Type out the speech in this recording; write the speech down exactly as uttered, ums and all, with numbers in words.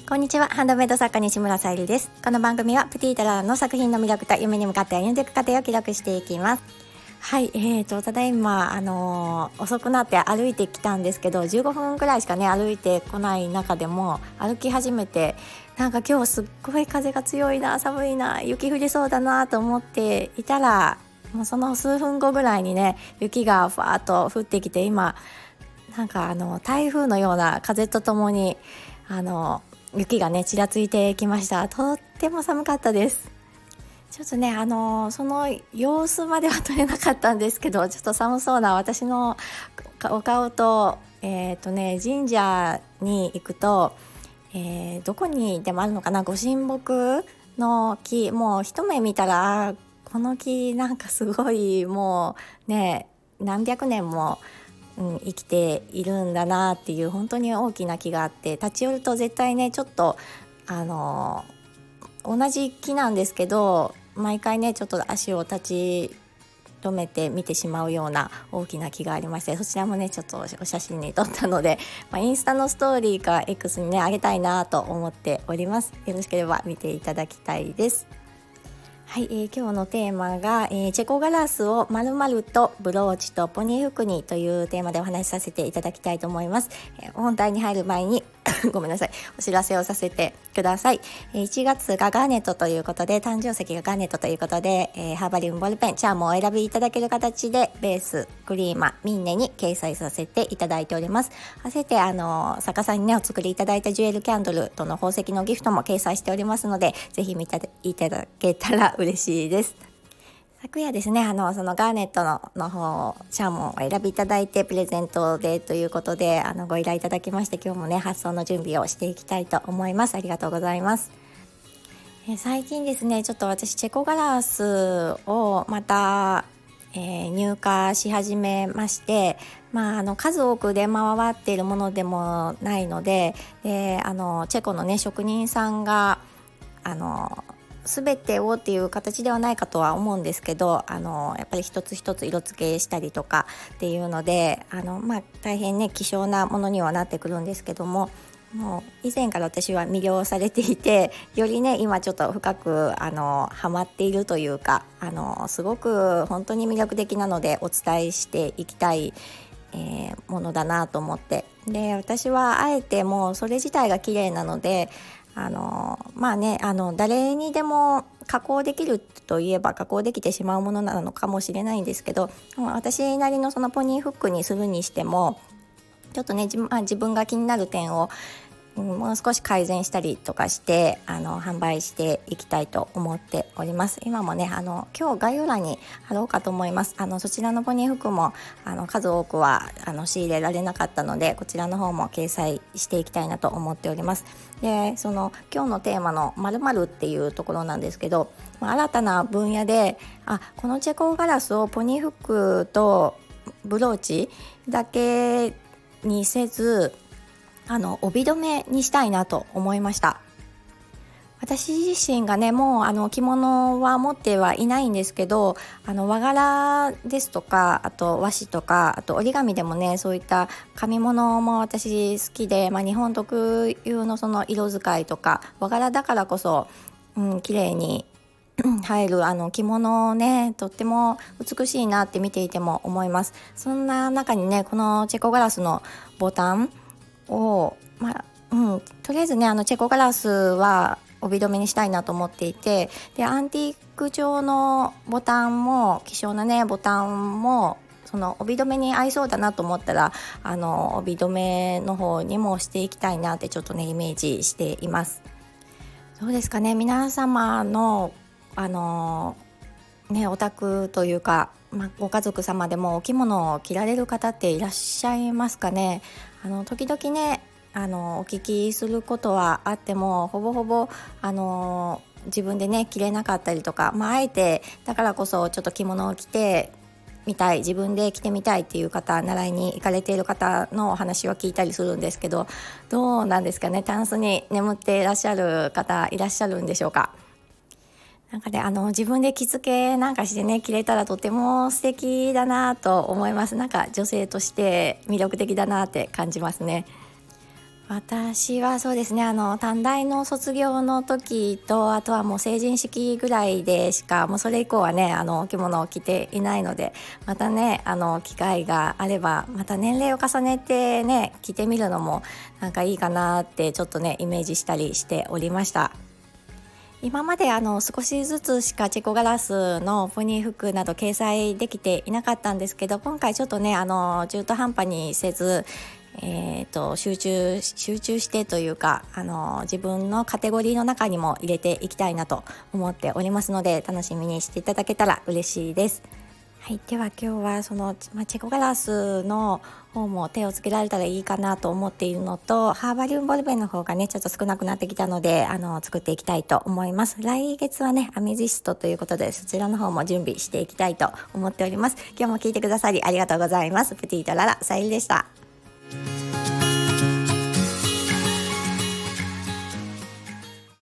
こんにちは。ハンドメイド作家西村さゆりです。この番組はプティーラーの作品の魅力と夢に向かって歩んでいく過程を記録していきます。はい、えーとただいま、あのー、遅くなって歩いてきたんですけど、じゅうごふんくらいしかね歩いてこない中でも歩き始めて、なんか今日すっごい風が強いな、寒いな、雪降りそうだなと思っていたら、もうその数分後ぐらいにね雪がファーっと降ってきて、今なんかあの台風のような風とともにあの雪がねちらついてきました。とっても寒かったです。ちょっとねあのその様子までは撮れなかったんですけど、ちょっと寒そうな私のお顔と、えーとね、神社に行くと、えー、どこにでもあるのかな、ご神木の木、もう一目見たらこの木なんかすごいもうね何百年もうん、生きているんだなっていう本当に大きな木があって、立ち寄ると絶対ねちょっとあの同じ木なんですけど、毎回ねちょっと足を立ち止めて見てしまうような大きな木がありまして、そちらもねちょっとお写真に撮ったので、まあ、インスタのストーリーか X にねあげたいなと思っております。よろしければ見ていただきたいです。はい、えー、今日のテーマが、えー、チェコガラスを丸々とブローチとポニー服にというテーマでお話しさせていただきたいと思います。えー、本題に入る前にごめんなさい、お知らせをさせてください。えー、いちがつがガーネットということで、誕生石がガーネットということで、えー、ハーバリウムボールペンチャームをお選びいただける形でベースクリーマミンネに掲載させていただいております。合わせてあの作家さんにねお作りいただいたジュエルキャンドルとの宝石のギフトも掲載しておりますので、ぜひ見ていただけたら嬉しいです。昨夜ですね、あのそのガーネット の, の方シャーモンをお選びいただいてプレゼントでということであのご依頼いただきまして、今日もね発送の準備をしていきたいと思います。ありがとうございます。え最近ですねちょっと私チェコガラスをまた、えー、入荷し始めまして、まあ、あの数多く出回っているものでもないので、であのチェコのね職人さんがあの全てをっていう形ではないかとは思うんですけど、あのやっぱり一つ一つ色付けしたりとかっていうのであの、まあ、大変ね希少なものにはなってくるんですけども、もう以前から私は魅了されていて、よりね今ちょっと深くあのハマっているというか、あのすごく本当に魅力的なのでお伝えしていきたい、えー、ものだなと思って、で私はあえてもうそれ自体が綺麗なので、あのまあねあの誰にでも加工できるといえば加工できてしまうものなのかもしれないんですけど、私なりのそのポニーフックにするにしてもちょっとね自分、まあ、自分が気になる点をもう少し改善したりとかしてあの販売していきたいと思っております。今もねあの今日概要欄に貼ろうかと思います。あのそちらのポニー服もあの数多くはあの仕入れられなかったので、こちらの方も掲載していきたいなと思っております。でその今日のテーマの〇〇っていうところなんですけど、新たな分野であこのチェコガラスをポニーフックとブローチだけにせずあの帯留めにしたいなと思いました。私自身がねもうあの着物は持ってはいないんですけど、あの和柄ですとか、あと和紙とか、あと折り紙でもねそういった紙物も私好きで、まあ、日本特有のその色使いとか和柄だからこそ、うん、綺麗に入るあの着物をねとっても美しいなって見ていても思います。そんな中にねこのチェコガラスのボタンを、まあうん、とりあえずねあのチェコガラスは帯留めにしたいなと思っていて、でアンティーク調のボタンも希少なねボタンもその帯留めに合いそうだなと思ったらあの帯留めの方にもしていきたいなってちょっとねイメージしています。どうですかね、皆様のあのねお宅というか、まあ、ご家族様でもお着物を着られる方っていらっしゃいますかね。あの時々ねあのお聞きすることはあっても、ほぼほぼあの自分でね着れなかったりとか、まあ、あえてだからこそちょっと着物を着てみたい、自分で着てみたいっていう方、習いに行かれている方のお話は聞いたりするんですけど、どうなんですかね、タンスに眠っていらっしゃる方いらっしゃるんでしょうか。なんかねあの自分で着付けなんかしてね着れたらとても素敵だなと思います。なんか女性として魅力的だなって感じますね。 私はそうですね、あの短大の卒業の時と、あとはもう成人式ぐらいでしか、もうそれ以降はね、あのお着物を着ていないので、またね、あの機会があればまた年齢を重ねてね着てみるのもなんかいいかなってちょっとねイメージしたりしておりました。今まであの少しずつしかチェコガラスのポニー服など掲載できていなかったんですけど、今回ちょっとねあの中途半端にせず、えー、と集中集中してというか、あの自分のカテゴリーの中にも入れていきたいなと思っておりますので、楽しみにしていただけたら嬉しいです。はい、では今日はその、まあ、チェコガラスの方も手をつけられたらいいかなと思っているのと、ハーバリウムボルベンの方がねちょっと少なくなってきたので、あの作っていきたいと思います。来月はねアメジストということで、そちらの方も準備していきたいと思っております。今日も聞いてくださりありがとうございます。プティとララさゆりでした。